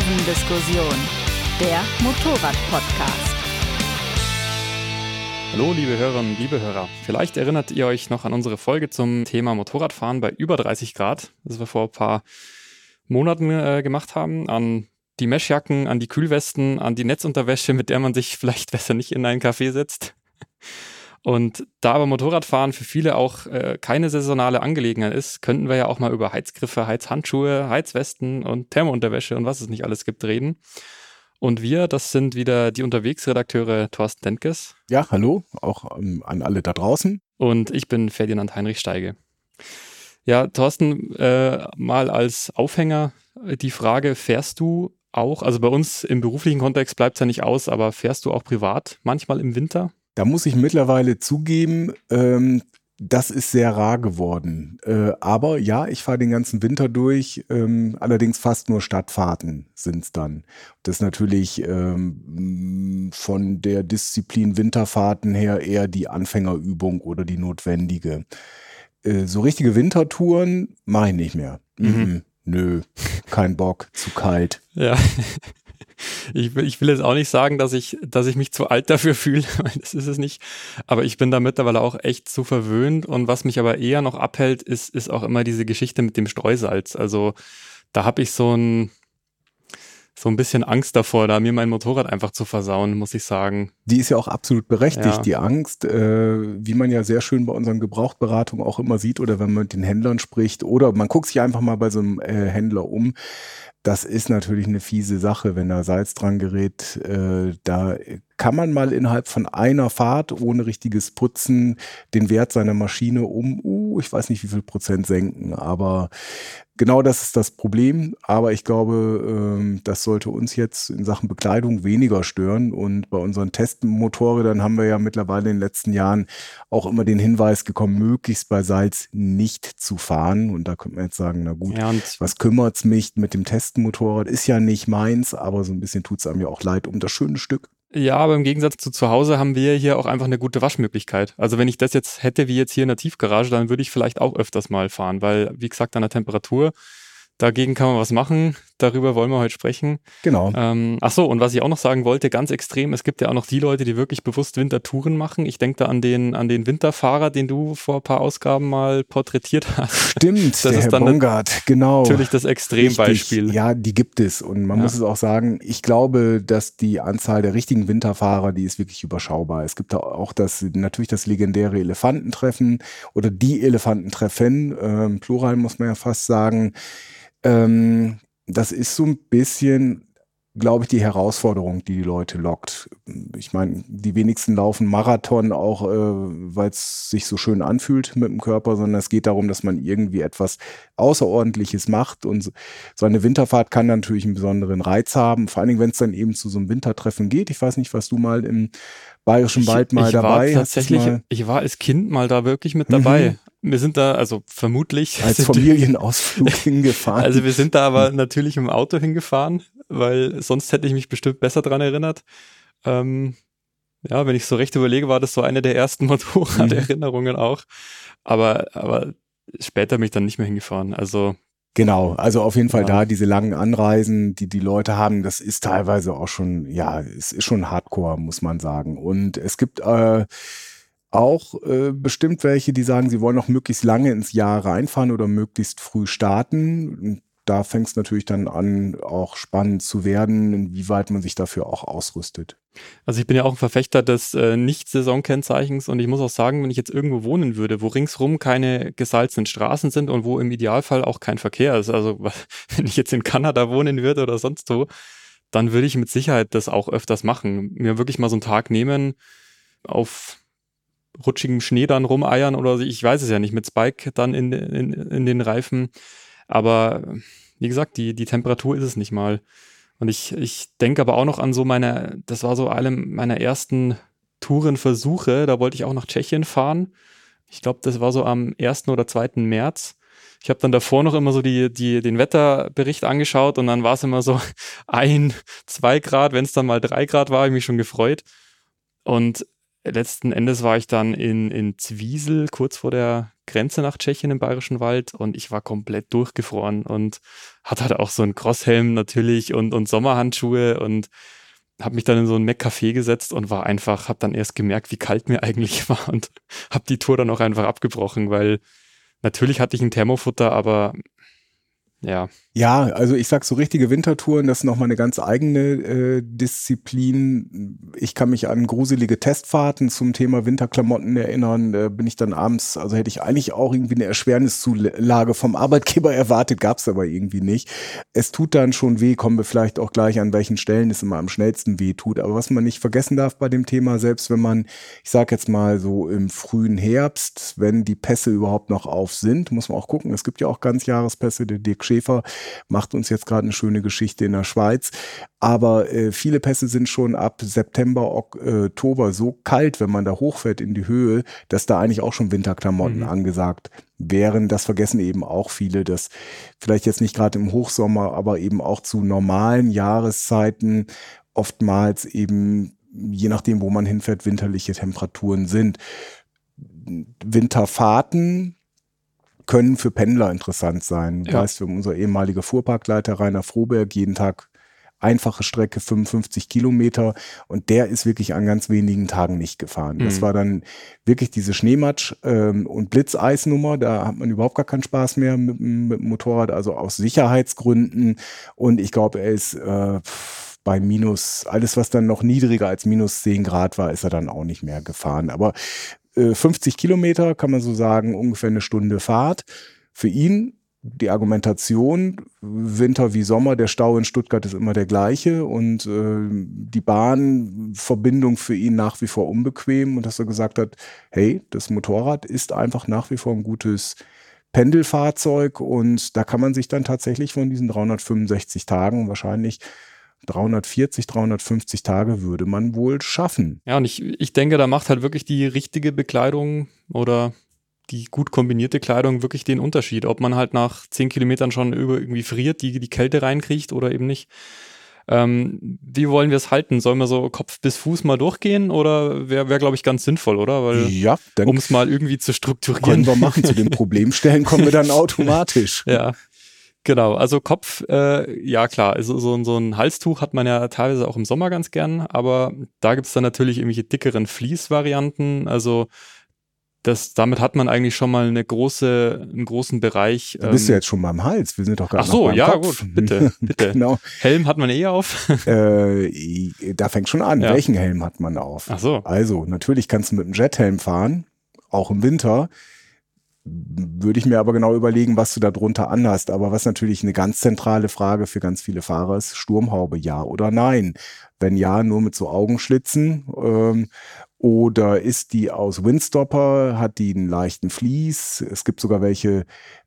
Kurvendiskussion, der Motorrad-Podcast. Hallo liebe Hörerinnen, liebe Hörer. Vielleicht erinnert ihr euch noch an unsere Folge zum Thema Motorradfahren bei über 30 Grad, das wir vor ein paar Monaten gemacht haben, an die Meshjacken, an die Kühlwesten, an die Netzunterwäsche, mit der man sich vielleicht besser nicht in einen Café setzt. Und da aber Motorradfahren für viele auch keine saisonale Angelegenheit ist, könnten wir ja auch mal über Heizgriffe, Heizhandschuhe, Heizwesten und Thermounterwäsche und was es nicht alles gibt reden. Und wir, das sind wieder die Unterwegsredakteure Thorsten Dentges. Ja, hallo, auch an alle da draußen. Und ich bin Ferdinand Heinrich Steige. Ja, Thorsten, mal als Aufhänger die Frage, fährst du auch, also bei uns im beruflichen Kontext bleibt es ja nicht aus, aber fährst du auch privat manchmal im Winter? Da muss ich mittlerweile zugeben, das ist sehr rar geworden. Aber ja, ich fahre den ganzen Winter durch, allerdings fast nur Stadtfahrten sind es dann. Das ist natürlich von der Disziplin Winterfahrten her eher die Anfängerübung oder die notwendige. So richtige Wintertouren mache ich nicht mehr. Nö, kein Bock, zu kalt. Ja. Ich will jetzt auch nicht sagen, dass ich mich zu alt dafür fühle, das ist es nicht, aber ich bin da mittlerweile auch echt zu verwöhnt und was mich aber eher noch abhält, ist auch immer diese Geschichte mit dem Streusalz. Also da habe ich so ein bisschen Angst davor, da mir mein Motorrad einfach zu versauen, muss ich sagen. Die ist ja auch absolut berechtigt, ja. Die Angst, wie man ja sehr schön bei unseren Gebrauchtberatungen auch immer sieht oder wenn man mit den Händlern spricht oder man guckt sich einfach mal bei so einem Händler um. Das ist natürlich eine fiese Sache, wenn da Salz dran gerät. Da kann man mal innerhalb von einer Fahrt ohne richtiges Putzen den Wert seiner Maschine ich weiß nicht wie viel Prozent senken. Aber genau das ist das Problem. Aber ich glaube, das sollte uns jetzt in Sachen Bekleidung weniger stören. Und bei unseren Testmotorrädern haben wir ja mittlerweile in den letzten Jahren auch immer den Hinweis gekommen, möglichst bei Salz nicht zu fahren. Und da könnte man jetzt sagen, na gut, ja, was kümmert's mich mit dem Testmotorrad? Ist ja nicht meins, aber so ein bisschen tut's einem ja auch leid um das schöne Stück. Ja, aber im Gegensatz zu Hause haben wir hier auch einfach eine gute Waschmöglichkeit. Also wenn ich das jetzt hätte wie jetzt hier in der Tiefgarage, dann würde ich vielleicht auch öfters mal fahren, weil, wie gesagt, an der Temperatur, dagegen kann man was machen. Darüber wollen wir heute sprechen. Genau. Ach so, und was ich auch noch sagen wollte, ganz extrem, es gibt ja auch noch die Leute, die wirklich bewusst Wintertouren machen. Ich denke da an den Winterfahrer, den du vor ein paar Ausgaben mal porträtiert hast. Stimmt, das der ist Herr dann Bongard, genau. Natürlich das Extrembeispiel. Richtig. Ja, die gibt es. Und man muss es auch sagen, ich glaube, dass die Anzahl der richtigen Winterfahrer, die ist wirklich überschaubar. Es gibt da auch natürlich das legendäre Elefantentreffen oder die Elefantentreffen, Plural muss man ja fast sagen. Das ist so ein bisschen, glaube ich, die Herausforderung, die Leute lockt. Ich meine, die wenigsten laufen Marathon auch, weil es sich so schön anfühlt mit dem Körper, sondern es geht darum, dass man irgendwie etwas Außerordentliches macht und so eine Winterfahrt kann natürlich einen besonderen Reiz haben, vor allen Dingen, wenn es dann eben zu so einem Wintertreffen geht. Ich weiß nicht, was du mal im Bayerischen Wald mal dabei hast. Ich war als Kind mal da wirklich mit dabei. Wir sind da, also vermutlich als Familienausflug hingefahren. Also wir sind da aber natürlich im Auto hingefahren, weil sonst hätte ich mich bestimmt besser dran erinnert. Ja, wenn ich so recht überlege, war das so eine der ersten Motorraderinnerungen auch. Aber später bin ich dann nicht mehr hingefahren. Also genau, also auf jeden Fall da diese langen Anreisen, die Leute haben, das ist teilweise auch schon, ja, es ist schon Hardcore, muss man sagen. Und es gibt auch bestimmt welche, die sagen, sie wollen noch möglichst lange ins Jahr reinfahren oder möglichst früh starten. Da fängt es natürlich dann an, auch spannend zu werden, inwieweit man sich dafür auch ausrüstet. Also ich bin ja auch ein Verfechter des Nicht-Saison-Kennzeichens und ich muss auch sagen, wenn ich jetzt irgendwo wohnen würde, wo ringsrum keine gesalzenen Straßen sind und wo im Idealfall auch kein Verkehr ist, also wenn ich jetzt in Kanada wohnen würde oder sonst wo, dann würde ich mit Sicherheit das auch öfters machen. Mir wirklich mal so einen Tag nehmen, auf rutschigem Schnee dann rumeiern oder ich weiß es ja nicht, mit Spike dann in den Reifen. Aber wie gesagt, die Temperatur ist es nicht mal. Und ich denke aber auch noch an das war so eine meiner ersten Tourenversuche, da wollte ich auch nach Tschechien fahren. Ich glaube, das war so am 1. oder 2. März. Ich habe dann davor noch immer so den Wetterbericht angeschaut und dann war es immer so 1, 2 Grad. Wenn es dann mal 3 Grad war, habe ich mich schon gefreut. Und letzten Endes war ich dann in Zwiesel, kurz vor der Grenze nach Tschechien im Bayerischen Wald und ich war komplett durchgefroren und hatte halt auch so einen Crosshelm natürlich und Sommerhandschuhe und habe mich dann in so ein Mac-Café gesetzt und habe dann erst gemerkt, wie kalt mir eigentlich war und habe die Tour dann auch einfach abgebrochen, weil natürlich hatte ich ein Thermofutter, aber ja. Ja, also ich sag so richtige Wintertouren, das ist nochmal eine ganz eigene Disziplin. Ich kann mich an gruselige Testfahrten zum Thema Winterklamotten erinnern. Bin ich dann abends, also hätte ich eigentlich auch irgendwie eine Erschwerniszulage vom Arbeitgeber erwartet, gab es aber irgendwie nicht. Es tut dann schon weh, kommen wir vielleicht auch gleich an welchen Stellen es immer am schnellsten weh tut. Aber was man nicht vergessen darf bei dem Thema, selbst wenn man, ich sag jetzt mal so im frühen Herbst, wenn die Pässe überhaupt noch auf sind, muss man auch gucken, es gibt ja auch Ganzjahrespässe, der Dirk Schäfer macht uns jetzt gerade eine schöne Geschichte in der Schweiz. Aber viele Pässe sind schon ab September, Oktober so kalt, wenn man da hochfährt in die Höhe, dass da eigentlich auch schon Winterklamotten angesagt wären. Das vergessen eben auch viele, dass vielleicht jetzt nicht gerade im Hochsommer, aber eben auch zu normalen Jahreszeiten oftmals eben, je nachdem, wo man hinfährt, winterliche Temperaturen sind. Winterfahrten können für Pendler interessant sein. Du weißt, wir haben unser ehemaliger Fuhrparkleiter Rainer Froberg, jeden Tag einfache Strecke, 55 Kilometer und der ist wirklich an ganz wenigen Tagen nicht gefahren. Das war dann wirklich diese Schneematsch- und Blitzeisnummer, da hat man überhaupt gar keinen Spaß mehr mit dem Motorrad, also aus Sicherheitsgründen und ich glaube, er ist bei alles was dann noch niedriger als minus 10 Grad war, ist er dann auch nicht mehr gefahren. Aber 50 Kilometer, kann man so sagen, ungefähr eine Stunde Fahrt. Für ihn die Argumentation, Winter wie Sommer, der Stau in Stuttgart ist immer der gleiche und die Bahnverbindung für ihn nach wie vor unbequem und dass er gesagt hat, hey, das Motorrad ist einfach nach wie vor ein gutes Pendelfahrzeug und da kann man sich dann tatsächlich von diesen 365 Tagen wahrscheinlich 340, 350 Tage würde man wohl schaffen. Ja, und ich denke, da macht halt wirklich die richtige Bekleidung oder die gut kombinierte Kleidung wirklich den Unterschied, ob man halt nach 10 Kilometern schon irgendwie friert, die Kälte reinkriegt oder eben nicht. Wie wollen wir es halten? Sollen wir so Kopf bis Fuß mal durchgehen oder wäre glaube ich, ganz sinnvoll, oder? Weil, ja, um es mal irgendwie zu strukturieren. Können wir machen. Zu den Problemstellen kommen wir dann automatisch. Ja. Genau, also Kopf, ja klar, also so ein Halstuch hat man ja teilweise auch im Sommer ganz gern, aber da gibt es dann natürlich irgendwelche dickeren Fleece-Varianten, also damit hat man eigentlich schon mal einen großen Bereich. Du bist ja jetzt schon beim Hals, wir sind doch gerade noch beim Kopf. Gut, bitte. Genau. Helm hat man auf? Da fängt schon an, welchen Helm hat man auf? Ach so. Also, natürlich kannst du mit einem Jethelm fahren, auch im Winter. Würde ich mir aber genau überlegen, was du da drunter anhast. Aber was natürlich eine ganz zentrale Frage für ganz viele Fahrer ist, Sturmhaube, ja oder nein? Wenn ja, nur mit so Augenschlitzen. Oder ist die aus Windstopper, hat die einen leichten Vlies? Es gibt sogar welche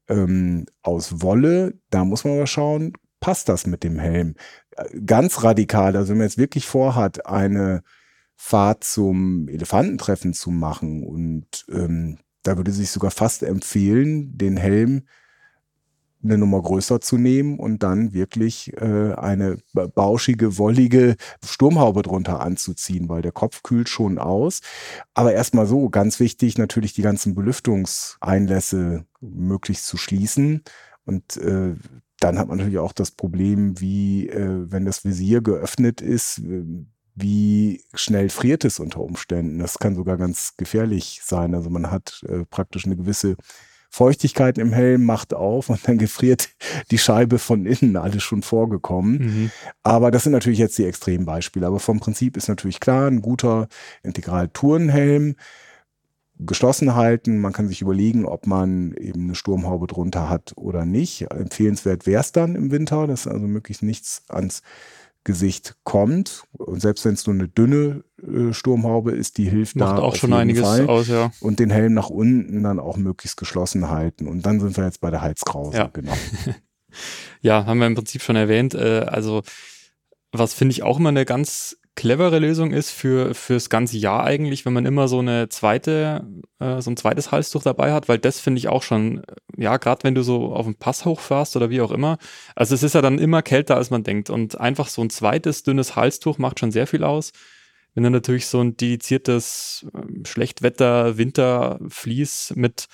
aus Wolle. Da muss man mal schauen, passt das mit dem Helm? Ganz radikal, also wenn man jetzt wirklich vorhat, eine Fahrt zum Elefantentreffen zu machen und da würde sich sogar fast empfehlen, den Helm eine Nummer größer zu nehmen und dann wirklich eine bauschige, wollige Sturmhaube drunter anzuziehen, weil der Kopf kühlt schon aus. Aber erstmal so, ganz wichtig, natürlich die ganzen Belüftungseinlässe möglichst zu schließen. Und dann hat man natürlich auch das Problem, wie wenn das Visier geöffnet ist, wie schnell friert es unter Umständen. Das kann sogar ganz gefährlich sein. Also man hat praktisch eine gewisse Feuchtigkeit im Helm, macht auf und dann gefriert die Scheibe von innen, alles schon vorgekommen. Aber das sind natürlich jetzt die Extrembeispiele. Aber vom Prinzip ist natürlich klar, ein guter Integral-Tourenhelm, geschlossen halten. Man kann sich überlegen, ob man eben eine Sturmhaube drunter hat oder nicht. Empfehlenswert wäre es dann im Winter, dass also möglichst nichts ans Gesicht kommt. Und selbst wenn es nur eine dünne Sturmhaube ist, die hilft macht da auch schon einiges aus, ja. Und den Helm nach unten dann auch möglichst geschlossen halten. Und dann sind wir jetzt bei der Halskrause, genau. Ja, haben wir im Prinzip schon erwähnt. Also was finde ich auch immer eine ganz clevere Lösung ist fürs ganze Jahr eigentlich, wenn man immer so ein zweites Halstuch dabei hat, weil das finde ich auch schon, ja, gerade wenn du so auf den Pass hochfährst oder wie auch immer, also es ist ja dann immer kälter, als man denkt und einfach so ein zweites dünnes Halstuch macht schon sehr viel aus. Wenn du natürlich so ein dediziertes Schlechtwetter-Winter-Vlies mit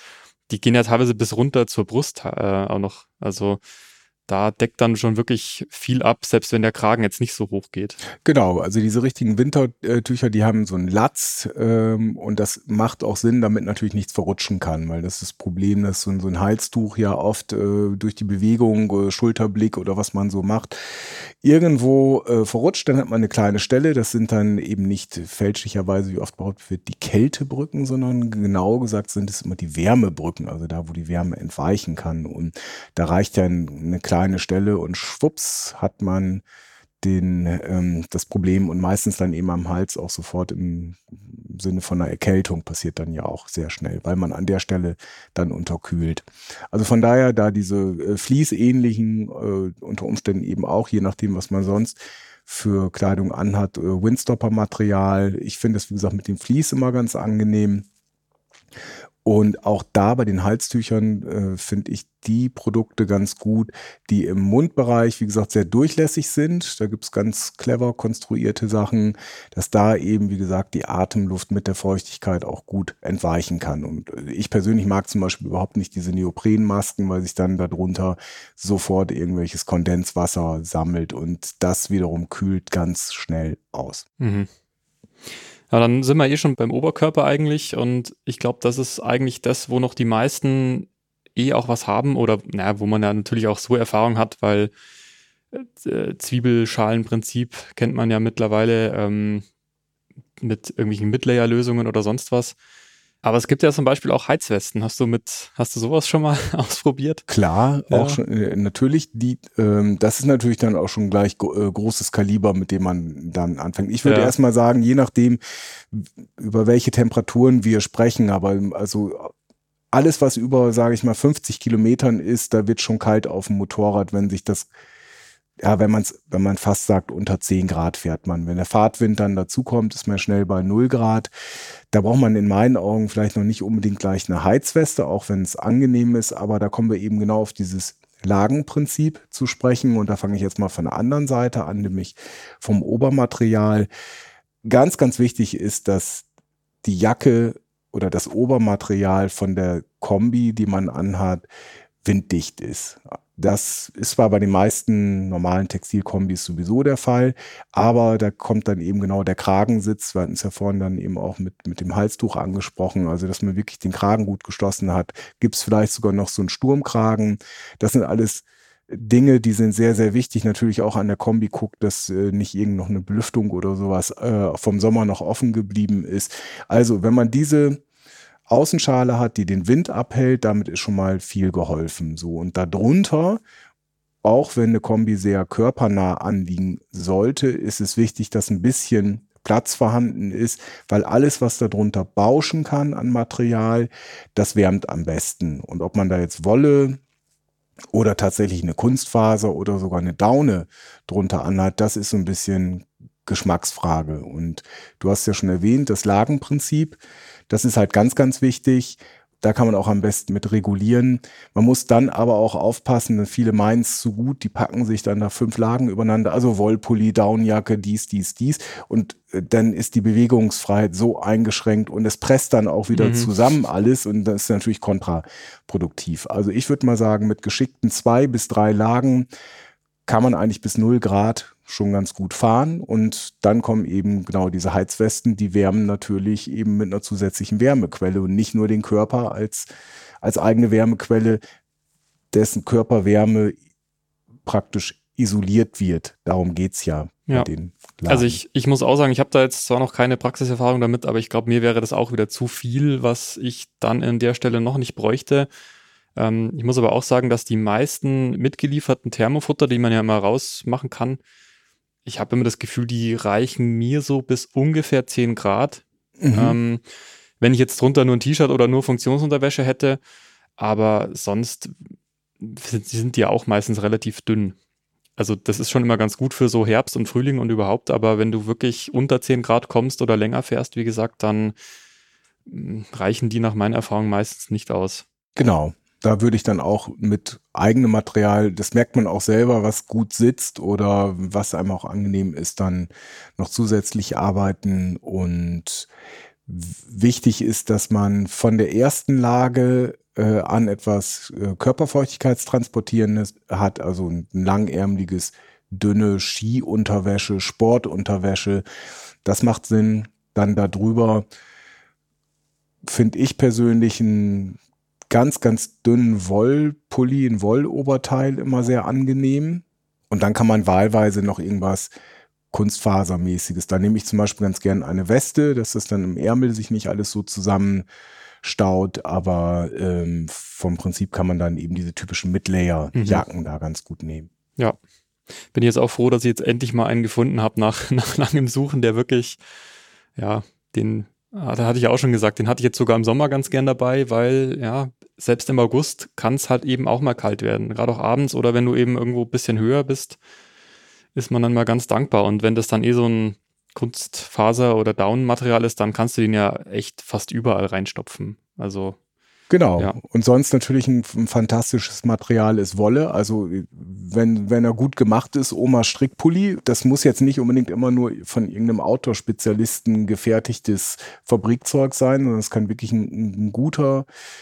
die gehen ja teilweise bis runter zur Brust auch noch. Also da deckt dann schon wirklich viel ab, selbst wenn der Kragen jetzt nicht so hoch geht. Genau, also diese richtigen Wintertücher, die haben so einen Latz und das macht auch Sinn, damit natürlich nichts verrutschen kann, weil das ist das Problem, dass so ein Halstuch ja oft durch die Bewegung, Schulterblick oder was man so macht, irgendwo verrutscht, dann hat man eine kleine Stelle. Das sind dann eben nicht fälschlicherweise, wie oft behauptet wird, die Kältebrücken, sondern genau gesagt sind es immer die Wärmebrücken, also da, wo die Wärme entweichen kann. Und da reicht ja eine kleine Stelle und schwupps hat man das Problem und meistens dann eben am Hals auch sofort im Sinne von einer Erkältung passiert dann ja auch sehr schnell, weil man an der Stelle dann unterkühlt. Also von daher, da diese fließähnlichen, unter Umständen eben auch, je nachdem, was man sonst für Kleidung anhat, Windstopper-Material. Ich finde es, wie gesagt, mit dem Vlies immer ganz angenehm. Und auch da bei den Halstüchern finde ich die Produkte ganz gut, die im Mundbereich, wie gesagt, sehr durchlässig sind. Da gibt es ganz clever konstruierte Sachen, dass da eben, wie gesagt, die Atemluft mit der Feuchtigkeit auch gut entweichen kann. Und ich persönlich mag zum Beispiel überhaupt nicht diese Neoprenmasken, weil sich dann darunter sofort irgendwelches Kondenswasser sammelt und das wiederum kühlt ganz schnell aus. Mhm. Ja, dann sind wir schon beim Oberkörper eigentlich und ich glaube, das ist eigentlich das, wo noch die meisten auch was haben oder wo man ja natürlich auch so Erfahrung hat, weil Zwiebelschalenprinzip kennt man ja mittlerweile mit irgendwelchen Midlayer-Lösungen oder sonst was. Aber es gibt ja zum Beispiel auch Heizwesten. Hast du sowas schon mal ausprobiert? Klar, auch schon, natürlich. Das ist natürlich dann auch schon gleich großes Kaliber, mit dem man dann anfängt. Ich würde erstmal sagen, je nachdem, über welche Temperaturen wir sprechen, aber also alles, was über, sage ich mal, 50 Kilometern ist, da wird schon kalt auf dem Motorrad, wenn sich das, wenn man fast sagt, unter 10 Grad fährt man. Wenn der Fahrtwind dann dazukommt, ist man schnell bei 0 Grad. Da braucht man in meinen Augen vielleicht noch nicht unbedingt gleich eine Heizweste, auch wenn es angenehm ist, aber da kommen wir eben genau auf dieses Lagenprinzip zu sprechen und da fange ich jetzt mal von der anderen Seite an, nämlich vom Obermaterial. Ganz, ganz wichtig ist, dass die Jacke oder das Obermaterial von der Kombi, die man anhat, winddicht ist. Das ist zwar bei den meisten normalen Textilkombis sowieso der Fall, aber da kommt dann eben genau der Kragensitz, wir hatten es ja vorhin dann eben auch mit dem Halstuch angesprochen, also dass man wirklich den Kragen gut geschlossen hat. Gibt es vielleicht sogar noch so einen Sturmkragen. Das sind alles Dinge, die sind sehr, sehr wichtig. Natürlich auch an der Kombi guckt, dass nicht irgend noch eine Belüftung oder sowas vom Sommer noch offen geblieben ist. Also wenn man diese Außenschale hat, die den Wind abhält, damit ist schon mal viel geholfen. So, und darunter, auch wenn eine Kombi sehr körpernah anliegen sollte, ist es wichtig, dass ein bisschen Platz vorhanden ist, weil alles, was darunter bauschen kann an Material, das wärmt am besten. Und ob man da jetzt Wolle oder tatsächlich eine Kunstfaser oder sogar eine Daune drunter anhat, das ist so ein bisschen Geschmacksfrage. Und du hast ja schon erwähnt, das Lagenprinzip, das ist halt ganz, ganz wichtig. Da kann man auch am besten mit regulieren. Man muss dann aber auch aufpassen, viele meinen es zu gut, die packen sich dann da 5 Lagen übereinander, also Wollpulli, Daunenjacke, dies. Und dann ist die Bewegungsfreiheit so eingeschränkt und es presst dann auch wieder zusammen alles und das ist natürlich kontraproduktiv. Also ich würde mal sagen, mit geschickten 2 bis 3 Lagen kann man eigentlich bis 0 Grad schon ganz gut fahren und dann kommen eben genau diese Heizwesten, die wärmen natürlich eben mit einer zusätzlichen Wärmequelle und nicht nur den Körper als eigene Wärmequelle, dessen Körperwärme praktisch isoliert wird. Darum geht's ja bei den Lagen. Also ich muss auch sagen, ich habe da jetzt zwar noch keine Praxiserfahrung damit, aber ich glaube, mir wäre das auch wieder zu viel, was ich dann an der Stelle noch nicht bräuchte. Ich muss aber auch sagen, dass die meisten mitgelieferten Thermofutter, die man ja immer rausmachen kann, ich habe immer das Gefühl, die reichen mir so bis ungefähr 10 Grad. Wenn ich jetzt drunter nur ein T-Shirt oder nur Funktionsunterwäsche hätte, aber sonst sind die ja auch meistens relativ dünn. Also das ist schon immer ganz gut für so Herbst und Frühling und überhaupt, aber wenn du wirklich unter 10 Grad kommst oder länger fährst, wie gesagt, dann reichen die nach meiner Erfahrung meistens nicht aus. Genau. Da würde ich dann auch mit eigenem Material, das merkt man auch selber, was gut sitzt oder was einem auch angenehm ist, dann noch zusätzlich arbeiten. Und wichtig ist, dass man von der ersten Lage an etwas Körperfeuchtigkeitstransportierendes hat, also ein langärmeliges, dünne Skiunterwäsche, Sportunterwäsche. Das macht Sinn. Dann darüber finde ich persönlich einen ganz, ganz dünnen Wollpulli, ein Wolloberteil immer sehr angenehm. Und dann kann man wahlweise noch irgendwas Kunstfasermäßiges. Da nehme ich zum Beispiel ganz gern eine Weste, dass das dann im Ärmel sich nicht alles so zusammenstaut. Aber vom Prinzip kann man dann eben diese typischen Midlayer-Jacken da ganz gut nehmen. Ja, bin jetzt auch froh, dass ich jetzt endlich mal einen gefunden habe nach langem Suchen, der wirklich, ja, da hatte ich ja auch schon gesagt, den hatte ich jetzt sogar im Sommer ganz gern dabei, weil ja, selbst im August kann es halt eben auch mal kalt werden. Gerade auch abends oder wenn du eben irgendwo ein bisschen höher bist, ist man dann mal ganz dankbar. Und wenn das dann so ein Kunstfaser- oder Daunenmaterial ist, dann kannst du den ja echt fast überall reinstopfen. Also genau. Ja. Und sonst natürlich ein fantastisches Material ist Wolle. Also wenn er gut gemacht ist, Oma Strickpulli, das muss jetzt nicht unbedingt immer nur von irgendeinem Outdoor-Spezialisten gefertigtes Fabrikzeug sein, sondern es kann wirklich ein guter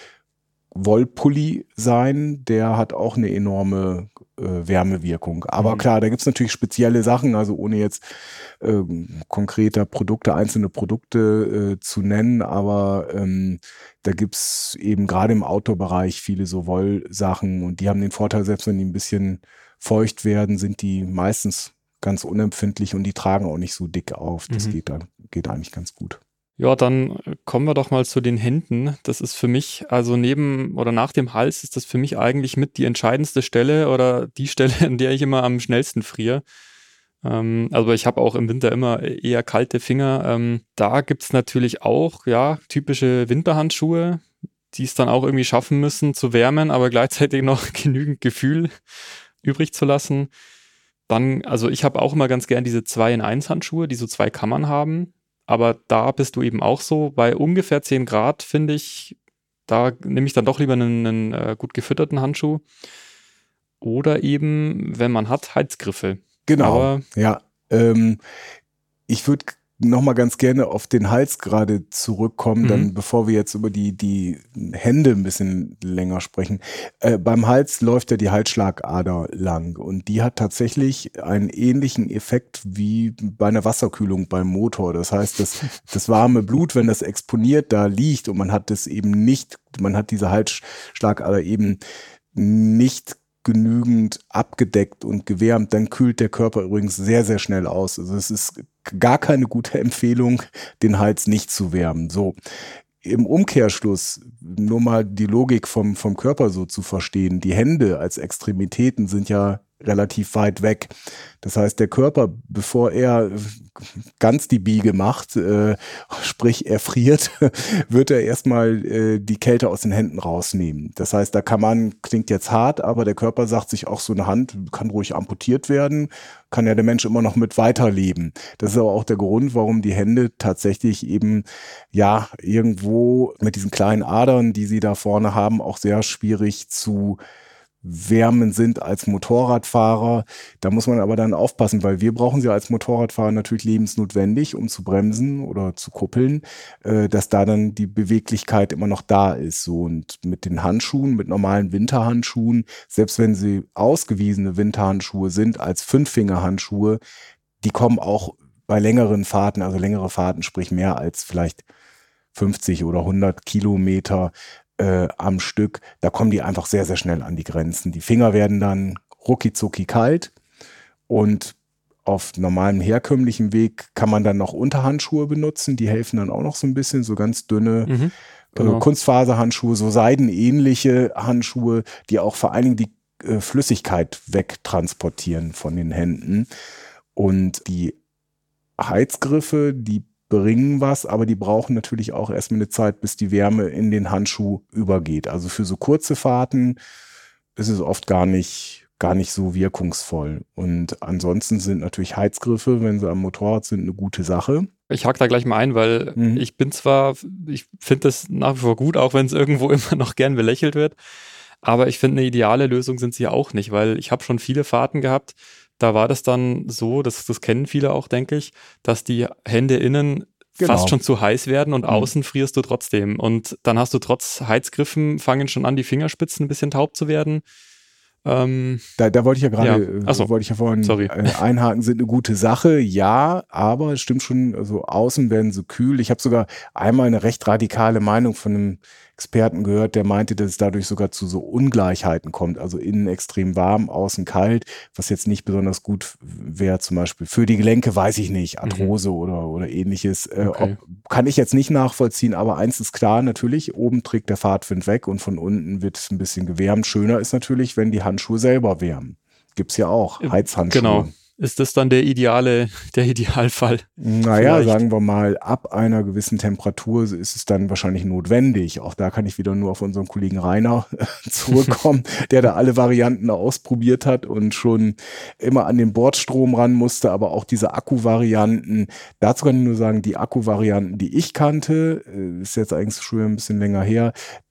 Wollpulli sein, der hat auch eine enorme Wärmewirkung. Aber klar, da gibt's natürlich spezielle Sachen, also ohne jetzt konkreter einzelne Produkte zu nennen, aber da gibt's eben gerade im Outdoor-Bereich viele so Wollsachen und die haben den Vorteil, selbst wenn die ein bisschen feucht werden, sind die meistens ganz unempfindlich und die tragen auch nicht so dick auf. Das geht eigentlich ganz gut. Ja, dann kommen wir doch mal zu den Händen. Das ist für mich, also neben oder nach dem Hals ist das für mich eigentlich mit die entscheidendste Stelle oder die Stelle, in der ich immer am schnellsten friere. Also ich habe auch im Winter immer eher kalte Finger. Da gibt's natürlich auch, ja, typische Winterhandschuhe, die es dann auch irgendwie schaffen müssen zu wärmen, aber gleichzeitig noch genügend Gefühl übrig zu lassen. Dann, also ich habe auch immer ganz gern diese 2-in-1 Handschuhe, die so 2 Kammern haben. Aber da bist du eben auch so, bei ungefähr 10 Grad, finde ich, da nehme ich dann doch lieber einen gut gefütterten Handschuh. Oder eben, wenn man hat, Halsgriffe. Genau, Aber ja. Ich würde noch mal ganz gerne auf den Hals gerade zurückkommen, dann bevor wir jetzt über die Hände ein bisschen länger sprechen. Beim Hals läuft ja die Halsschlagader lang und die hat tatsächlich einen ähnlichen Effekt wie bei einer Wasserkühlung beim Motor. Das heißt, das warme Blut, wenn das exponiert da liegt und man hat diese Halsschlagader eben nicht genügend abgedeckt und gewärmt, dann kühlt der Körper übrigens sehr, sehr schnell aus. Also es ist gar keine gute Empfehlung, den Hals nicht zu wärmen. So, im Umkehrschluss, nur mal die Logik vom Körper so zu verstehen, die Hände als Extremitäten sind ja relativ weit weg. Das heißt, der Körper, bevor er ganz die Biege macht, sprich er friert, wird er erstmal die Kälte aus den Händen rausnehmen. Das heißt, klingt jetzt hart, aber der Körper sagt sich auch, so eine Hand kann ruhig amputiert werden, kann ja der Mensch immer noch mit weiterleben. Das ist aber auch der Grund, warum die Hände tatsächlich eben ja irgendwo mit diesen kleinen Adern, die sie da vorne haben, auch sehr schwierig zu wärmen sind als Motorradfahrer. Da muss man aber dann aufpassen, weil wir brauchen sie als Motorradfahrer natürlich lebensnotwendig, um zu bremsen oder zu kuppeln, dass da dann die Beweglichkeit immer noch da ist. So, und mit den Handschuhen, mit normalen Winterhandschuhen, selbst wenn sie ausgewiesene Winterhandschuhe sind, als 5-Finger-Handschuhe, die kommen auch bei längeren Fahrten, also längere Fahrten, sprich mehr als vielleicht 50 oder 100 Kilometer am Stück, da kommen die einfach sehr, sehr schnell an die Grenzen. Die Finger werden dann rucki-zucki kalt und auf normalem herkömmlichem Weg kann man dann noch Unterhandschuhe benutzen, die helfen dann auch noch so ein bisschen, so ganz dünne Kunstfaserhandschuhe, so seidenähnliche Handschuhe, die auch vor allen Dingen die Flüssigkeit wegtransportieren von den Händen. Und die Heizgriffe, die bringen was, aber die brauchen natürlich auch erstmal eine Zeit, bis die Wärme in den Handschuh übergeht. Also für so kurze Fahrten ist es oft gar nicht so wirkungsvoll. Und ansonsten sind natürlich Heizgriffe, wenn sie am Motorrad sind, eine gute Sache. Ich hake da gleich mal ein, weil ich finde das nach wie vor gut, auch wenn es irgendwo immer noch gern belächelt wird. Aber ich finde, eine ideale Lösung sind sie ja auch nicht, weil ich habe schon viele Fahrten gehabt, da war das dann so, das kennen viele auch, denke ich, dass die Hände innen fast schon zu heiß werden und außen frierst du trotzdem. Und dann hast du trotz Heizgriffen, fangen schon an, die Fingerspitzen ein bisschen taub zu werden. Da wollte ich ja gerade, wollte ich ja vorhin einhaken, sind eine gute Sache, ja, aber es stimmt schon, also außen werden sie kühl. Ich habe sogar einmal eine recht radikale Meinung von einem Experten gehört, der meinte, dass es dadurch sogar zu so Ungleichheiten kommt, also innen extrem warm, außen kalt, was jetzt nicht besonders gut wäre, zum Beispiel für die Gelenke, weiß ich nicht, Arthrose oder ähnliches. Kann ich jetzt nicht nachvollziehen, aber eins ist klar, natürlich, oben trägt der Fahrtwind weg und von unten wird es ein bisschen gewärmt. Schöner ist natürlich, wenn die Handschuhe selber wärmen. Gibt's ja auch, Heizhandschuhe. Genau. Ist das dann der Idealfall? Naja, vielleicht? Sagen wir mal, ab einer gewissen Temperatur ist es dann wahrscheinlich notwendig. Auch da kann ich wieder nur auf unseren Kollegen Rainer zurückkommen, der da alle Varianten ausprobiert hat und schon immer an den Bordstrom ran musste, aber auch diese Akkuvarianten. Dazu kann ich nur sagen, die Akkuvarianten, die ich kannte, ist jetzt eigentlich schon ein bisschen länger her,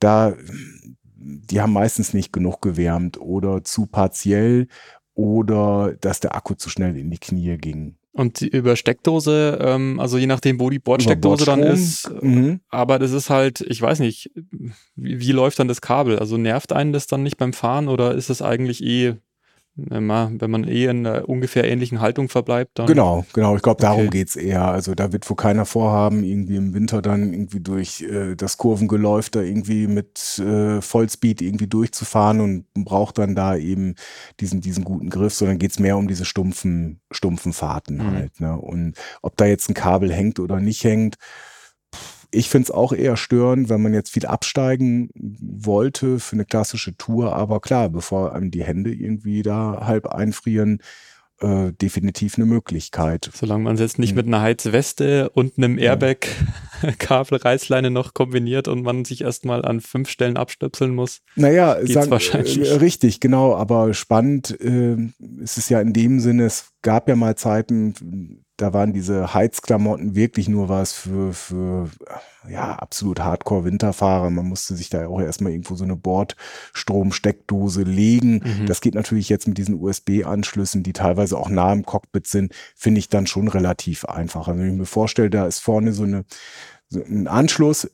die haben meistens nicht genug gewärmt oder zu partiell, oder dass der Akku zu schnell in die Knie ging. Und über Steckdose, also je nachdem, wo die Bordsteckdose dann ist, aber das ist halt, ich weiß nicht, wie läuft dann das Kabel? Also nervt einen das dann nicht beim Fahren oder ist es eigentlich wenn man in einer ungefähr ähnlichen Haltung verbleibt? Dann Genau. Ich glaube, darum geht's eher. Also da wird wohl keiner vorhaben, irgendwie im Winter dann irgendwie durch das Kurvengeläuf da irgendwie mit Vollspeed irgendwie durchzufahren und braucht dann da eben diesen guten Griff, sondern geht's mehr um diese stumpfen Fahrten halt. Ne? Und ob da jetzt ein Kabel hängt oder nicht hängt, ich finde es auch eher störend, wenn man jetzt viel absteigen wollte für eine klassische Tour. Aber klar, bevor einem die Hände irgendwie da halb einfrieren, definitiv eine Möglichkeit. Solange man es jetzt nicht mit einer Heizweste und einem Airbag-Kabelreißleine noch kombiniert und man sich erstmal an 5 Stellen abstöpseln muss. Naja, wahrscheinlich. Richtig, genau. Aber spannend ist es ja in dem Sinne, es gab ja mal Zeiten, da waren diese Heizklamotten wirklich nur was für absolut Hardcore-Winterfahrer. Man musste sich da auch erstmal irgendwo so eine Bordstromsteckdose legen. Das geht natürlich jetzt mit diesen USB-Anschlüssen, die teilweise auch nah im Cockpit sind, finde ich dann schon relativ einfach. Also wenn ich mir vorstelle, da ist vorne so ein Anschluss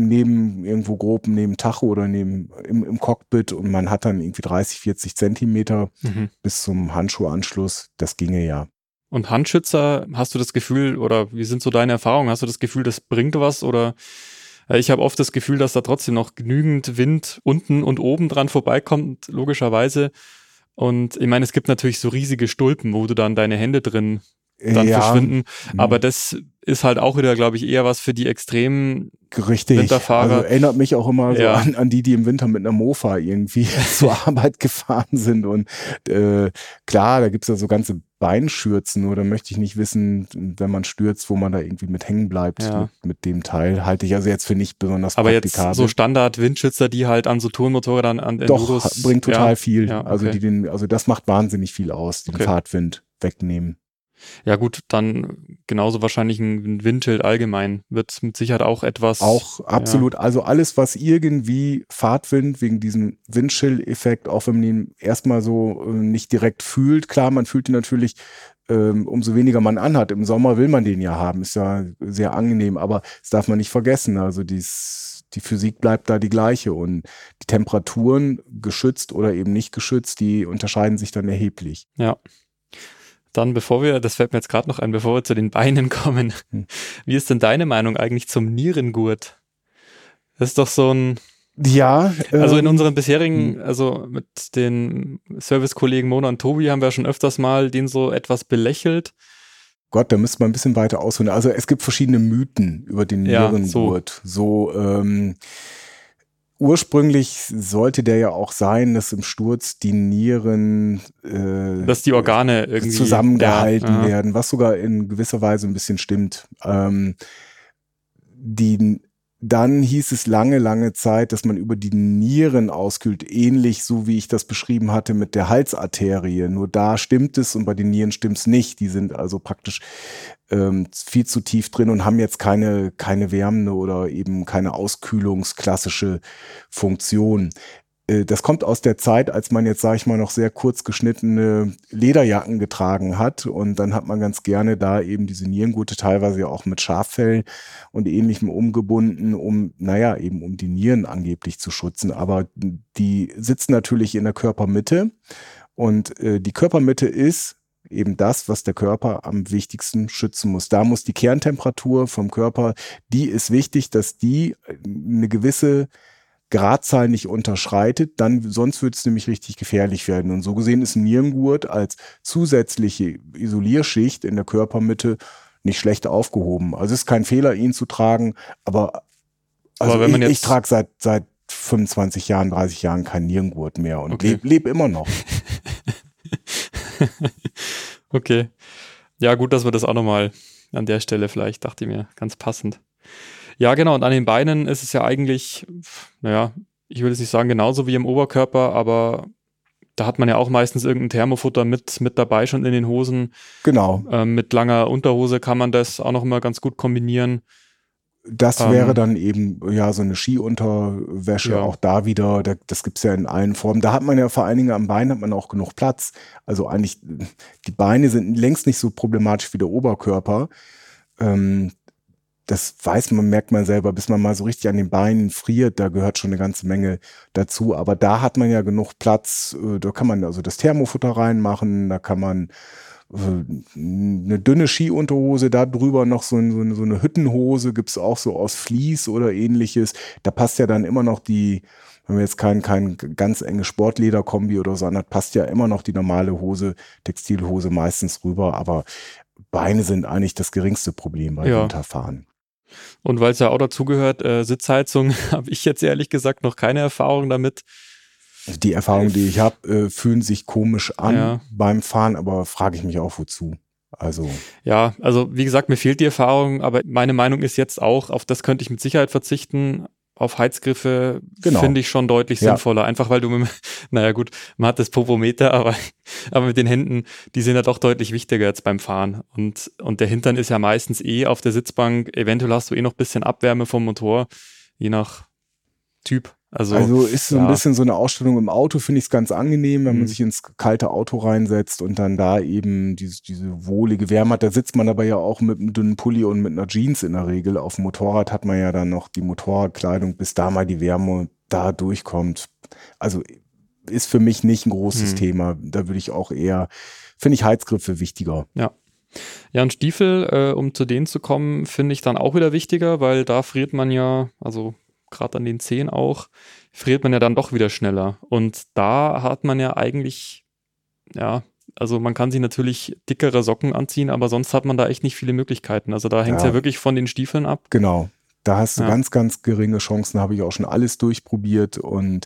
neben Tacho oder im Cockpit und man hat dann irgendwie 30, 40 Zentimeter bis zum Handschuhanschluss. Das ginge ja. Und Handschützer, hast du das Gefühl, oder wie sind so deine Erfahrungen? Hast du das Gefühl, das bringt was? Oder ich habe oft das Gefühl, dass da trotzdem noch genügend Wind unten und oben dran vorbeikommt, logischerweise. Und ich meine, es gibt natürlich so riesige Stulpen, wo du dann deine Hände drin dann verschwinden. Aber das ist halt auch wieder, glaube ich, eher was für die extremen Winterfahrer. Also erinnert mich auch immer so an die im Winter mit einer Mofa irgendwie zur Arbeit gefahren sind. Und klar, da gibt's ja so ganze Beinschürzen, nur da möchte ich nicht wissen, wenn man stürzt, wo man da irgendwie mit hängen bleibt mit dem Teil. Halte ich also jetzt für nicht besonders aber praktikabel. Aber jetzt so Standard-Windschützer, die halt an so Tourenmotorrädern an Enduros... Doch, bringt total viel. Ja, okay. Also das macht wahnsinnig viel aus, den Fahrtwind wegnehmen. Ja gut, dann genauso wahrscheinlich ein Windschild allgemein wird mit Sicherheit auch etwas... Auch absolut, also alles, was irgendwie Fahrtwind wegen diesem Windschild-Effekt, auch wenn man ihn erstmal so nicht direkt fühlt, klar, man fühlt ihn natürlich, umso weniger man anhat. Im Sommer will man den ja haben, ist ja sehr angenehm, aber das darf man nicht vergessen, also die Physik bleibt da die gleiche und die Temperaturen, geschützt oder eben nicht geschützt, die unterscheiden sich dann erheblich. Ja. Dann das fällt mir jetzt gerade noch ein, bevor wir zu den Beinen kommen. Wie ist denn deine Meinung eigentlich zum Nierengurt? Das ist doch so ein... Ja. Also in unseren bisherigen, also mit den Servicekollegen Mona und Tobi haben wir schon öfters mal den so etwas belächelt. Gott, da müsste man ein bisschen weiter ausholen. Also es gibt verschiedene Mythen über den Nierengurt. Ursprünglich sollte der ja auch sein, dass im Sturz die Nieren dass die Organe irgendwie zusammengehalten werden, was sogar in gewisser Weise ein bisschen stimmt. Dann hieß es lange Zeit, dass man über die Nieren auskühlt, ähnlich so wie ich das beschrieben hatte mit der Halsarterie. Nur da stimmt es und bei den Nieren stimmt es nicht. Die sind also praktisch viel zu tief drin und haben jetzt keine wärmende oder eben keine auskühlungsklassische Funktion. Das kommt aus der Zeit, als man jetzt, sage ich mal, noch sehr kurz geschnittene Lederjacken getragen hat und dann hat man ganz gerne da eben diese Nierengurte teilweise ja auch mit Schaffell und Ähnlichem umgebunden, um die Nieren angeblich zu schützen. Aber die sitzen natürlich in der Körpermitte und die Körpermitte ist eben das, was der Körper am wichtigsten schützen muss. Da muss die Kerntemperatur vom Körper, die ist wichtig, dass die eine gewisse Gradzahl nicht unterschreitet, sonst wird es nämlich richtig gefährlich werden. Und so gesehen ist ein Nierengurt als zusätzliche Isolierschicht in der Körpermitte nicht schlecht aufgehoben. Also es ist kein Fehler, ihn zu tragen, aber wenn man ich trage seit 25 Jahren, 30 Jahren keinen Nierengurt mehr und lebe immer noch. Okay. Ja, gut, dass wir das auch nochmal an der Stelle vielleicht, dachte ich mir, ganz passend. Ja, genau. Und an den Beinen ist es ja eigentlich, ich würde es nicht sagen genauso wie im Oberkörper, aber da hat man ja auch meistens irgendein Thermofutter mit dabei schon in den Hosen. Genau. Mit langer Unterhose kann man das auch noch immer ganz gut kombinieren. Das wäre dann eben so eine Skiunterwäsche, auch da wieder, das gibt's ja in allen Formen. Da hat man ja vor allen Dingen am Bein hat man auch genug Platz. Also eigentlich, die Beine sind längst nicht so problematisch wie der Oberkörper. Das merkt man selber, bis man mal so richtig an den Beinen friert, da gehört schon eine ganze Menge dazu. Aber da hat man ja genug Platz, da kann man also das Thermofutter reinmachen, da kann man eine dünne Skiunterhose, da drüber noch so eine Hüttenhose, gibt's auch so aus Vlies oder ähnliches. Da passt ja dann immer noch wenn man jetzt kein ganz enge Sportlederkombi oder so hat, passt ja immer noch die normale Hose, Textilhose meistens rüber. Aber Beine sind eigentlich das geringste Problem bei Winterfahren. Und weil es ja auch dazugehört, Sitzheizung, habe ich jetzt ehrlich gesagt noch keine Erfahrung damit. Die Erfahrungen, die ich habe, fühlen sich komisch an beim Fahren, aber frage ich mich auch, wozu. Also wie gesagt, mir fehlt die Erfahrung, aber meine Meinung ist jetzt auch, auf das könnte ich mit Sicherheit verzichten. Auf Heizgriffe finde ich schon deutlich sinnvoller. Einfach weil man hat das Popometer, aber mit den Händen, die sind ja doch deutlich wichtiger jetzt beim Fahren. Und der Hintern ist ja meistens auf der Sitzbank. Eventuell hast du noch ein bisschen Abwärme vom Motor, je nach Typ. Also ist so ein bisschen so eine Ausstellung im Auto, finde ich es ganz angenehm, wenn man sich ins kalte Auto reinsetzt und dann da eben diese wohlige Wärme hat. Da sitzt man aber ja auch mit einem dünnen Pulli und mit einer Jeans in der Regel. Auf dem Motorrad hat man ja dann noch die Motorradkleidung, bis da mal die Wärme da durchkommt. Also ist für mich nicht ein großes Thema. Da würde ich auch finde ich Heizgriffe wichtiger. Ja. Ja, und Stiefel, um zu denen zu kommen, finde ich dann auch wieder wichtiger, weil da friert man gerade an den Zehen auch, friert man ja dann doch wieder schneller. Und da hat man ja eigentlich, man kann sich natürlich dickere Socken anziehen, aber sonst hat man da echt nicht viele Möglichkeiten. Also da hängt es ja wirklich von den Stiefeln ab. Genau, da hast du ganz, ganz geringe Chancen, habe ich auch schon alles durchprobiert. Und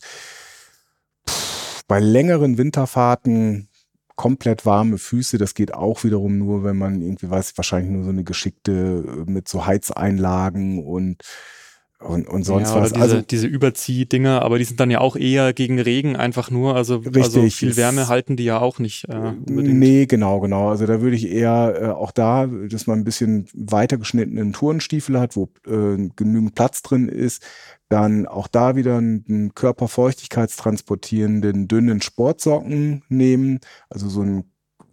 bei längeren Winterfahrten komplett warme Füße, das geht auch wiederum nur, wenn man irgendwie wahrscheinlich nur so eine geschickte mit so Heizeinlagen und sonst was. Diese Überziehdinger, aber die sind dann ja auch eher gegen Regen einfach nur, also viel Wärme halten die ja auch nicht. Nee, genau. Also da würde ich eher auch dass man ein bisschen weiter geschnittenen Turnstiefel hat, wo genügend Platz drin ist. Dann auch da wieder einen körperfeuchtigkeitstransportierenden, dünnen Sportsocken nehmen, also so ein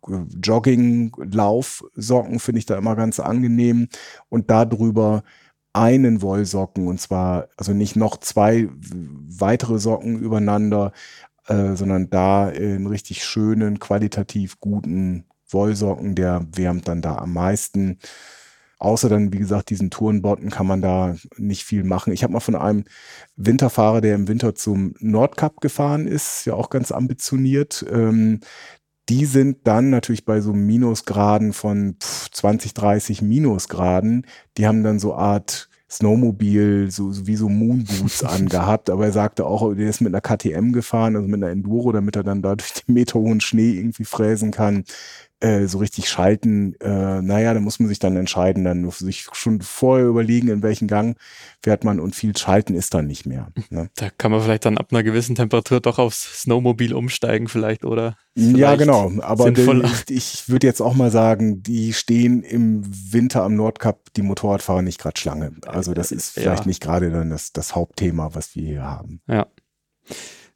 Jogging-Laufsocken finde ich da immer ganz angenehm und darüber einen Wollsocken und zwar, also nicht noch 2 weitere Socken übereinander, sondern da einen richtig schönen, qualitativ guten Wollsocken, der wärmt dann da am meisten. Außer dann, wie gesagt, diesen Tourenbotten kann man da nicht viel machen. Ich habe mal von einem Winterfahrer, der im Winter zum Nordkap gefahren ist, ja auch ganz ambitioniert. Die sind dann natürlich bei so Minusgraden von 20, 30 Minusgraden, die haben dann so Art Snowmobil, so wie so Moonboots angehabt, aber er sagte auch, der ist mit einer KTM gefahren, also mit einer Enduro, damit er dann da durch den meterhohen Schnee irgendwie fräsen kann. So richtig schalten, da muss man sich dann entscheiden, dann sich schon vorher überlegen, in welchen Gang fährt man und viel schalten ist dann nicht mehr. Ne? Da kann man vielleicht dann ab einer gewissen Temperatur doch aufs Snowmobil umsteigen vielleicht, oder? Ja, genau, aber ich würde jetzt auch mal sagen, die stehen im Winter am Nordkap, die Motorradfahrer nicht gerade Schlange. Also das ist vielleicht nicht gerade dann das Hauptthema, was wir hier haben. Ja.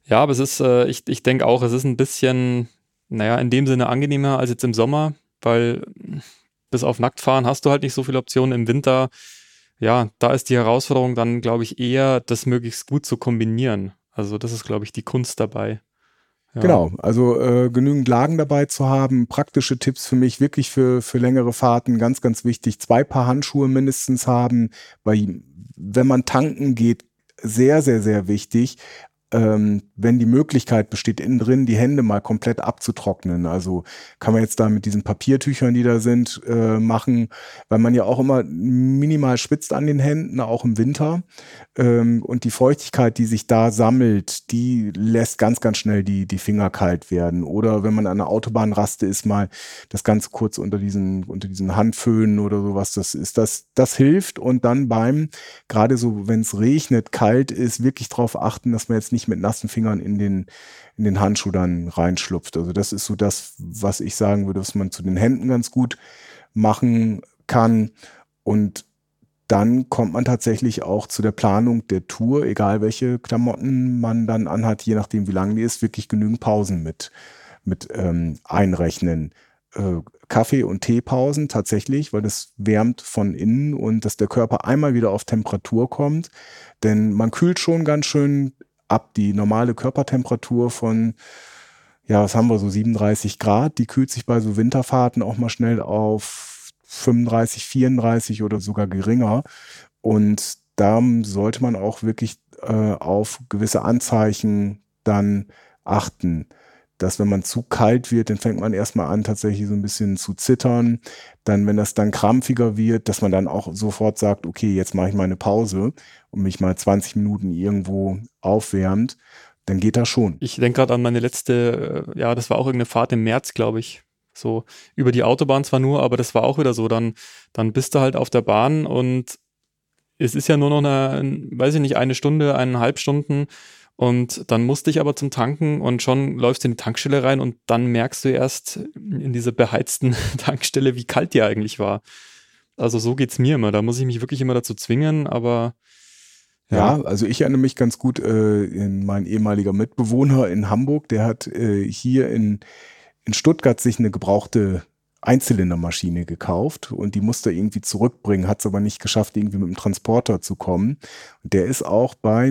Ja, aber es ist, ich denke auch, es ist ein bisschen, naja, in dem Sinne angenehmer als jetzt im Sommer, weil bis auf Nacktfahren hast du halt nicht so viele Optionen. Im Winter, ja, da ist die Herausforderung dann, glaube ich, eher, das möglichst gut zu kombinieren. Also das ist, glaube ich, die Kunst dabei. Ja. Genau, also genügend Lagen dabei zu haben, praktische Tipps für mich, wirklich für längere Fahrten, ganz, ganz wichtig, 2 Paar Handschuhe mindestens haben, weil wenn man tanken geht, sehr, sehr, sehr wichtig, wenn die Möglichkeit besteht, innen drin die Hände mal komplett abzutrocknen. Also kann man jetzt da mit diesen Papiertüchern, die da sind, machen, weil man ja auch immer minimal schwitzt an den Händen, auch im Winter. Und die Feuchtigkeit, die sich da sammelt, die lässt ganz, ganz schnell die Finger kalt werden. Oder wenn man an der Autobahnraste ist, mal das Ganze kurz unter diesen Handföhnen oder sowas, das hilft. Und dann gerade so, wenn es regnet, kalt ist, wirklich darauf achten, dass man jetzt nicht mit nassen Fingern in den Handschuh dann reinschlupft. Also das ist so das, was ich sagen würde, was man zu den Händen ganz gut machen kann. Und dann kommt man tatsächlich auch zu der Planung der Tour, egal welche Klamotten man dann anhat, je nachdem wie lang die ist, wirklich genügend Pausen mit einrechnen. Kaffee- und Teepausen tatsächlich, weil das wärmt von innen und dass der Körper einmal wieder auf Temperatur kommt. Denn man kühlt schon ganz schön ab. Die normale Körpertemperatur von, ja, was haben wir, so 37 Grad, die kühlt sich bei so Winterfahrten auch mal schnell auf 35, 34 oder sogar geringer. Und da sollte man auch wirklich auf gewisse Anzeichen dann achten. Dass wenn man zu kalt wird, dann fängt man erstmal an, tatsächlich so ein bisschen zu zittern. Dann, wenn das dann krampfiger wird, dass man dann auch sofort sagt, okay, jetzt mache ich mal eine Pause und mich mal 20 Minuten irgendwo aufwärmt, dann geht das schon. Ich denke gerade an meine letzte, ja, das war auch irgendeine Fahrt im März, glaube ich. So über die Autobahn zwar nur, aber das war auch wieder so. Dann bist du halt auf der Bahn und es ist ja nur noch weiß ich nicht, 1 Stunde, 1,5 Stunden. Und dann musste ich aber zum Tanken und schon läufst du in die Tankstelle rein und dann merkst du erst in dieser beheizten Tankstelle, wie kalt die eigentlich war. Also so geht's mir immer. Da muss ich mich wirklich immer dazu zwingen, aber ja, also ich erinnere mich ganz gut in mein ehemaliger Mitbewohner in Hamburg, der hat hier in Stuttgart sich eine gebrauchte Einzylindermaschine gekauft und die musste er irgendwie zurückbringen, hat es aber nicht geschafft, irgendwie mit dem Transporter zu kommen. Und der ist auch bei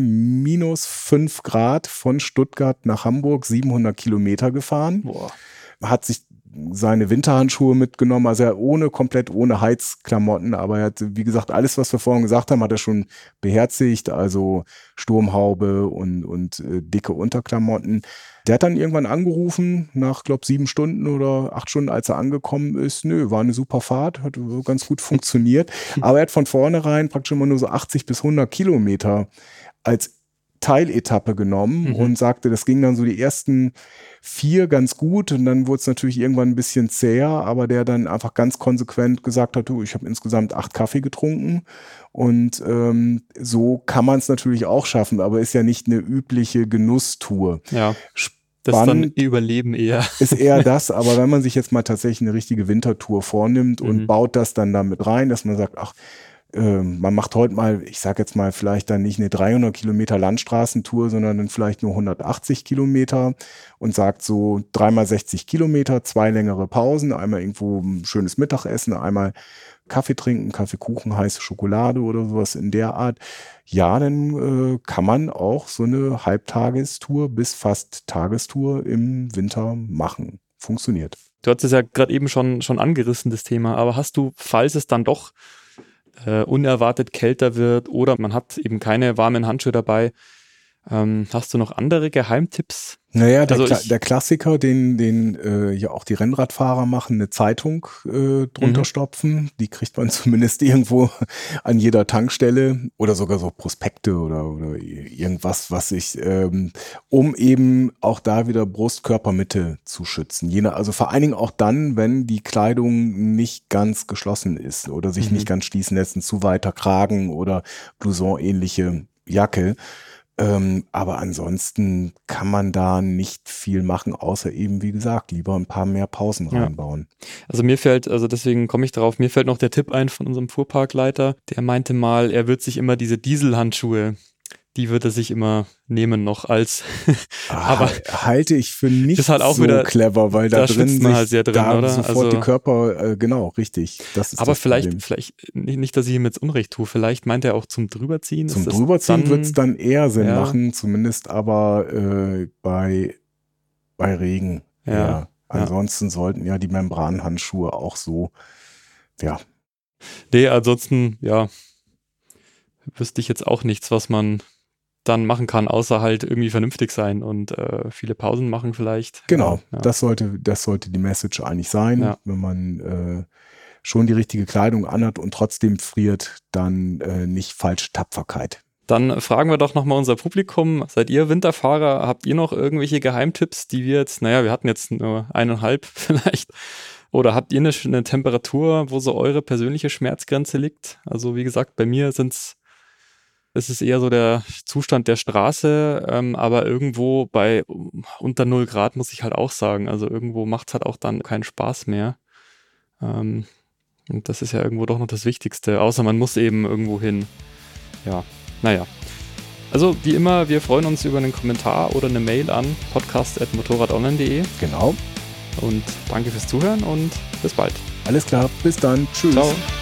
-5 Grad von Stuttgart nach Hamburg 700 Kilometer gefahren. boah. Hat sich seine Winterhandschuhe mitgenommen, also komplett ohne Heizklamotten, aber er hat, wie gesagt, alles, was wir vorhin gesagt haben, hat er schon beherzigt, also Sturmhaube und dicke Unterklamotten. Der hat dann irgendwann angerufen, nach, glaube 7 Stunden oder 8 Stunden, als er angekommen ist. Nö, war eine super Fahrt, hat ganz gut funktioniert. Aber er hat von vornherein praktisch immer nur so 80 bis 100 Kilometer als Teiletappe genommen und sagte, das ging dann so die ersten 4 ganz gut und dann wurde es natürlich irgendwann ein bisschen zäher, aber der dann einfach ganz konsequent gesagt hat, du, ich habe insgesamt 8 Kaffee getrunken und so kann man es natürlich auch schaffen, aber ist ja nicht eine übliche Genusstour. Ja, das ist dann Überleben eher. Ist eher das, aber wenn man sich jetzt mal tatsächlich eine richtige Wintertour vornimmt und baut das dann damit rein, dass man sagt, ach, man macht heute mal, ich sage jetzt mal, vielleicht dann nicht eine 300 Kilometer Landstraßentour, sondern dann vielleicht nur 180 Kilometer und sagt so 3x 60 Kilometer, 2 längere Pausen, einmal irgendwo ein schönes Mittagessen, einmal Kaffee trinken, Kaffeekuchen, heiße Schokolade oder sowas in der Art. Ja, dann kann man auch so eine Halbtagestour bis fast Tagestour im Winter machen. Funktioniert. Du hast es ja gerade eben schon angerissen, das Thema, aber hast du, falls es dann doch unerwartet kälter wird oder man hat eben keine warmen Handschuhe dabei, hast du noch andere Geheimtipps? Naja, der Klassiker, den ja auch die Rennradfahrer machen, eine Zeitung drunter stopfen. Die kriegt man zumindest irgendwo an jeder Tankstelle oder sogar so Prospekte oder irgendwas, was sich, um eben auch da wieder Brust-Körpermitte zu schützen. Also vor allen Dingen auch dann, wenn die Kleidung nicht ganz geschlossen ist oder sich nicht ganz schließen lässt, ein zu weiter Kragen oder Blouson-ähnliche Jacke. Aber ansonsten kann man da nicht viel machen, außer eben, wie gesagt, lieber ein paar mehr Pausen reinbauen. Also deswegen komme ich darauf, mir fällt noch der Tipp ein von unserem Fuhrparkleiter, der meinte mal, er wird sich immer diese Dieselhandschuhe die wird er sich immer nehmen noch als, aber halte ich für nicht ist halt auch so wieder, clever, weil da drin schwitzt man halt sehr drin, da oder? sofort die Körper, genau, richtig. Das ist aber das vielleicht Problem. nicht, dass ich ihm jetzt Unrecht tue, vielleicht meint er auch zum Drüberziehen. Zum Drüberziehen wird es dann eher Sinn machen, zumindest aber bei Regen. Ja. Ansonsten sollten ja die Membranhandschuhe auch so, ja. Nee, ansonsten, ja, wüsste ich jetzt auch nichts, was man dann machen kann, außer halt irgendwie vernünftig sein und viele Pausen machen vielleicht. Genau, ja. das sollte die Message eigentlich sein. Wenn man schon die richtige Kleidung anhat und trotzdem friert, dann nicht falsche Tapferkeit. Dann fragen wir doch nochmal unser Publikum. Seid ihr Winterfahrer? Habt ihr noch irgendwelche Geheimtipps, die wir jetzt, wir hatten jetzt nur 1,5 vielleicht. Oder habt ihr eine Temperatur, wo so eure persönliche Schmerzgrenze liegt? Also wie gesagt, bei mir ist es eher so der Zustand der Straße, aber irgendwo bei unter 0 Grad muss ich halt auch sagen. Also irgendwo macht es halt auch dann keinen Spaß mehr. Und das ist ja irgendwo doch noch das Wichtigste. Außer man muss eben irgendwo hin. Ja. Naja, also wie immer, wir freuen uns über einen Kommentar oder eine Mail an podcast@motorradonline.de. Genau. Und danke fürs Zuhören und bis bald. Alles klar, bis dann. Tschüss. Ciao.